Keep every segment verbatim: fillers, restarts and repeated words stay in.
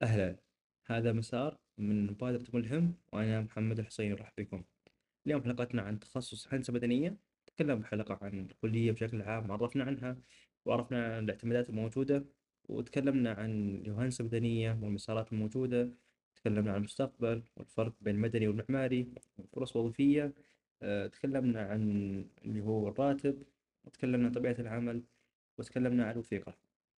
أهلا. هذا مسار من مبادرة ملهم، وأنا محمد الحسين، أرحب بكم. اليوم حلقتنا عن تخصص هندسة مدنية. تكلم الحلقة عن الكلية بشكل عام، عرفنا عنها وعرفنا عن الاعتمادات الموجودة، وتكلمنا عن الهندسة المدنية والمسارات الموجودة. تكلمنا عن المستقبل والفرق بين المدني والمعماري والفرص الوظيفية. آه، تكلمنا عن اللي هو الراتب، وتكلمنا عن طبيعة العمل، وتكلمنا عن الوثيقة.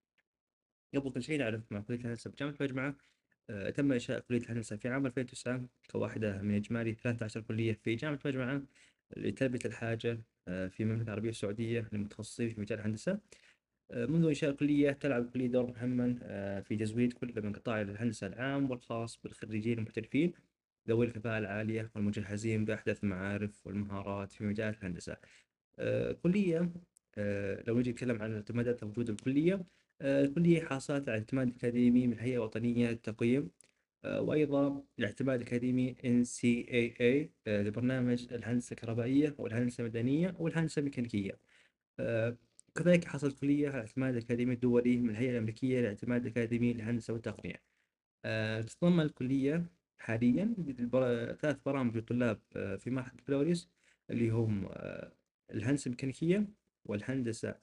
قبل كل شيء نعرف مع كلية الهندسة بجامعة المجمع. آه، تم إنشاء كلية الهندسة في عام ألفين وتسعة كواحدة من إجمالي ثلاث عشرة كلية في جامعة المجمع لتلبية الحاجة آه، في المملكة العربية السعودية للمتخصصين في مجال الهندسة. آه، منذ إنشاء الكلية تلعب الكلية دور مهما آه، في تزويد كل من قطاع الهندسة العام والخاص بالخريجين المحترفين ذوي الكفاءة العالية والمجهزين بأحدث المعارف والمهارات في مجال الهندسة. آه، كلية آه، لو نجي نتكلم عن اعتمادات وجود الكلية. آه، الكلية حاصلت على اعتماد أكاديمي من الهيئة الوطنية للتقييم، آه، وأيضا الاعتماد الأكاديمي إن سي إيه إيه آه، لبرنامج الهندسة الكهربائية والهندسة المدنية والهندسة الميكانيكية. آه، كذلك حصل الكلية على الاعتماد الأكاديمي الدولي من الهيئة الأمريكية للاعتماد الأكاديمي للهندسة والتقنية. آه، تتضمن الكلية حاليا البر- ثلاث برامج للطلاب آه، في معهد البكالوريوس، اللي هم آه، الهندسة الميكانيكية والهندسة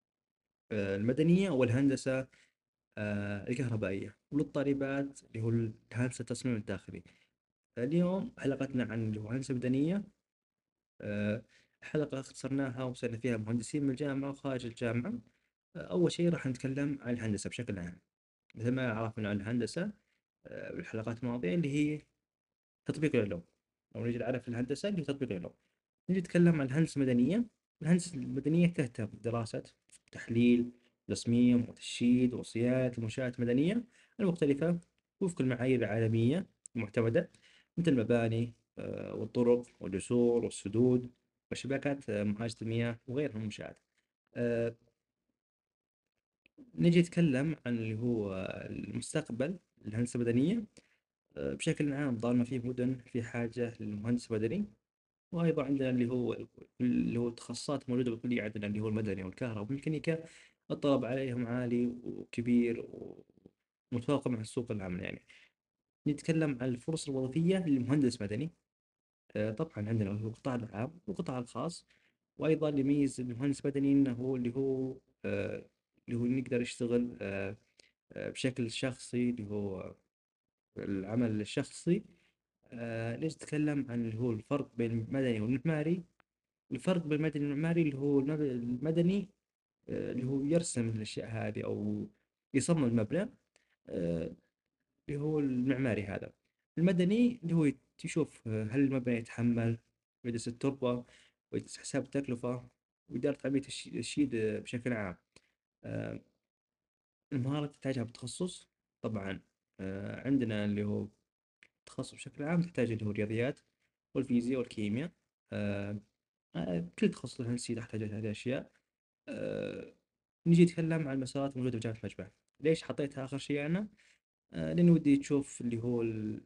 آه، المدنية والهندسة آه، الكهربائية، وللطالبات اللي هو الهندسة التصميم الداخلي. اليوم حلقتنا عن اللي هو الهندسة المدنية. آه، حلقة اختصرناها وصلنا فيها مهندسين من الجامعة وخارج الجامعة. آه، أول شيء راح نتكلم عن الهندسة بشكل عام. مثل ما عرفنا عن الهندسة آه، بالحلقات الماضية، اللي هي تطبيق العلوم. لو نجي نعرف الهندسة اللي هي تطبيق العلوم، نجي نتكلم عن الهندسة المدنية. الهندسة المدنية تهتم بدراسة، تحليل، تصميم وتشييد وصيانة المنشآت المدنية المختلفة وفق المعايير العالمية المعتمدة، مثل المباني آه، والطرق والجسور والسدود وشبكات آه، معالجة المياه وغيرها من المنشآت. آه، نجي نتكلم عن اللي هو المستقبل الهندسة المدنية. آه، بشكل عام ضالنا في مدن في حاجة للمهندس المدني، وأيضا عندنا اللي هو اللي هو التخصصات موجودة بالكلية، عندنا اللي هو المدني والكهرباء والميكانيكا. الطلب عليهم عالي وكبير ومتفاوق مع سوق العمل يعني. نتكلم عن الفرص الوظيفية للمهندس مدني. آه، طبعا عندنا اللي هو القطاع العام والقطاع الخاص. وأيضا اللي يميز المهندس المدني إنه هو اللي هو آه، اللي هو يقدر يشتغل آه، آه، بشكل شخصي، اللي هو العمل الشخصي. آه، ليش نتكلم عن اللي هو الفرق بين المدني والمعماري. الفرق بين المدني والمعماري اللي هو المب- المدني آه، اللي هو يرسم الأشياء هذه أو يصمم المبنى. آه، اللي هو المعماري هذا. المدني اللي هو يشوف آه، هل المبنى يتحمل، ويدرس التربة، ويدرس حساب التكلفة، وإدارة عملية الش- الشيد آه، بشكل عام. آه، المهارة اللي تحتاجها بالتخصص. طبعا آه، عندنا اللي هو التخصص بشكل عام تحتاج اللي هو الرياضيات والفيزياء والكيمياء. آه، آه، كل تخصص الهندسي تحتاج هذه الأشياء. آه، نجي نتكلم عن المسارات الموجودة في جامعة المجمع. ليش حطيتها آخر شيء أنا؟ آه، لأني ودي تشوف اللي هو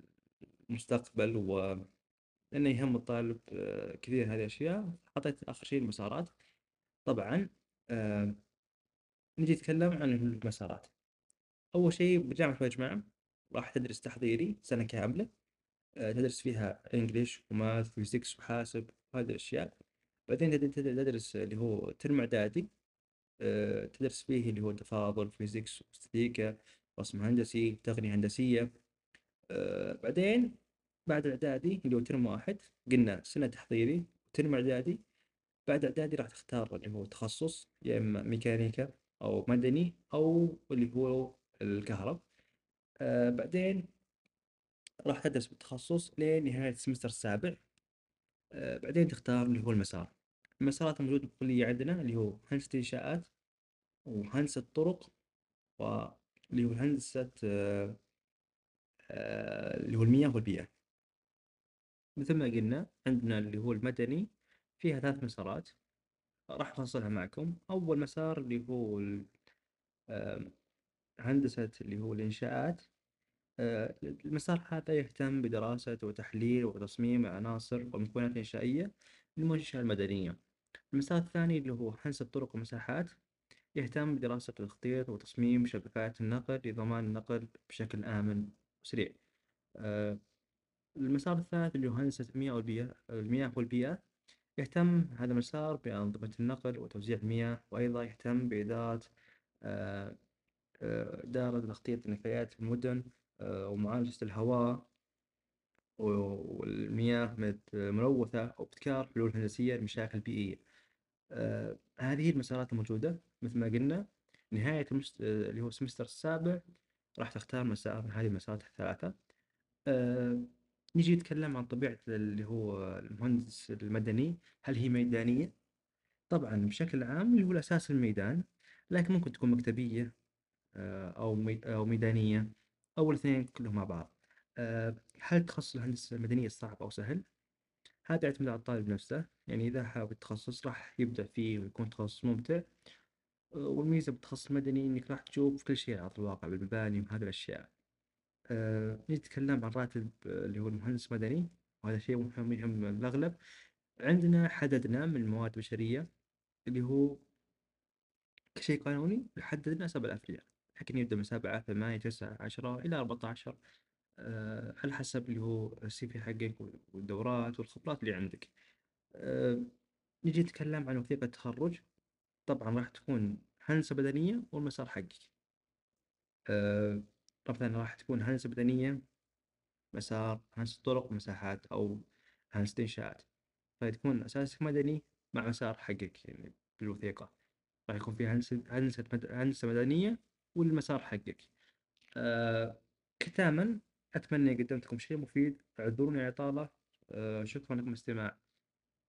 المستقبل، ولأنه يهم الطالب آه، كثير هذه الأشياء. حطيت آخر شيء المسارات. طبعا آه، نجي نتكلم عن المسارات. أول شيء بجامعة المجمع راح تدرس تحضيري سنة كاملة. آه، تدرس فيها انجليش وماث وفيزيكس وحاسب وهذه الاشياء. بعدين تد- تد- تدرس اللي هو ترم اعدادي. آه، تدرس فيه اللي هو التفاضل، فيزيكس واستاتيكا، رسم هندسي، تقنية هندسية. آه، بعدين بعد الاعدادي اللي هو ترم واحد، قلنا سنة تحضيري، ترم اعدادي. بعد اعدادي راح تختار اللي هو تخصص، يا اما ميكانيكا او مدني او اللي هو الكهرب. آه، بعدين راح تدرس بالتخصص لين نهاية السمستر السابع. آه، بعدين تختار اللي هو المسار. المسارات الموجودة بالكلية عندنا اللي هو هندسة إنشاءات، وهندسة طرق، واللي هو هندسة آه، آه، اللي هو المياه والبيئة. مثل ما قلنا عندنا اللي هو المدني فيها ثلاث مسارات، راح أفصلها معكم. أول مسار اللي هو ال- آه، هندسة اللي هو الإنشاءات. آه، المسار هذا يهتم بدراسة وتحليل وتصميم عناصر ومكونات إنشائية للمنشأة المدنية. المسار الثاني اللي هو هندسة طرق ومساحات. يهتم بدراسة التخطيط وتصميم شبكات النقل لضمان النقل بشكل آمن وسريع. آه، المسار الثالث اللي هو هندسة المياه والبيئة المياه والبيئة، يهتم هذا المسار بأنظمة النقل وتوزيع المياه، وأيضا يهتم بإدارة آه، آه، إدارة تخطيط النفايات في المدن، آه، ومعالجة الهواء والمياه مت- ملوثة، وابتكار حلول هندسية لمشاكل بيئية. آه، هذه المسارات الموجودة مثل ما قلنا. نهاية المست... آه، اللي هو السمستر السابع راح تختار مسار من هذه المسارات الثلاثة. آه، نيجي نتكلم عن طبيعة اللي هو المهندس المدني. هل هي ميدانية؟ طبعا بشكل عام اللي هو الأساس الميدان، لكن ممكن تكون مكتبية، آه، أو مي... أو ميدانية، أو الاثنين كلهم مع بعض. آه، هل تخصص الهندسة المدنية صعب أو سهل؟ هذا يعتمد على الطالب نفسه. يعني إذا حاب التخصص راح يبدع فيه ويكون تخصص ممتع. آه، والميزة بالتخصص المدني إنك راح تشوف كل شيء على أرض الواقع بالمباني وهذه الأشياء. آه، نتكلم عن راتب آه، اللي هو المهندس المدني، وهذا شيء مهم يهم الأغلب. عندنا حددنا من المواد البشرية اللي هو كشيء قانوني، حددنا سبع ألاف ريال، لكن يبدأ من سبعة ثمانية تسعة عشرة إلى أربعة عشر، آه، على حسب اللي هو السي في حقك والدورات والخبرات اللي عندك. آه، نجي نتكلم عن وثيقة التخرج. طبعا راح تكون هندسة بدنية والمسار حقك. آه، مثلا راح تكون هندسة بدنية مسار هندسة طرق مساحات، أو هندسة إنشاءات، فتكون أساسك مدني مع مسار حقك يعني بالوثيقة. راح يكون في هندسة هندسة مد- هندسة مدنية والمسار حقك. آه ختاما، أتمنى قدمت لكم شيء مفيد. اعذروني على الإطالة. آه شكرا لكم استماع.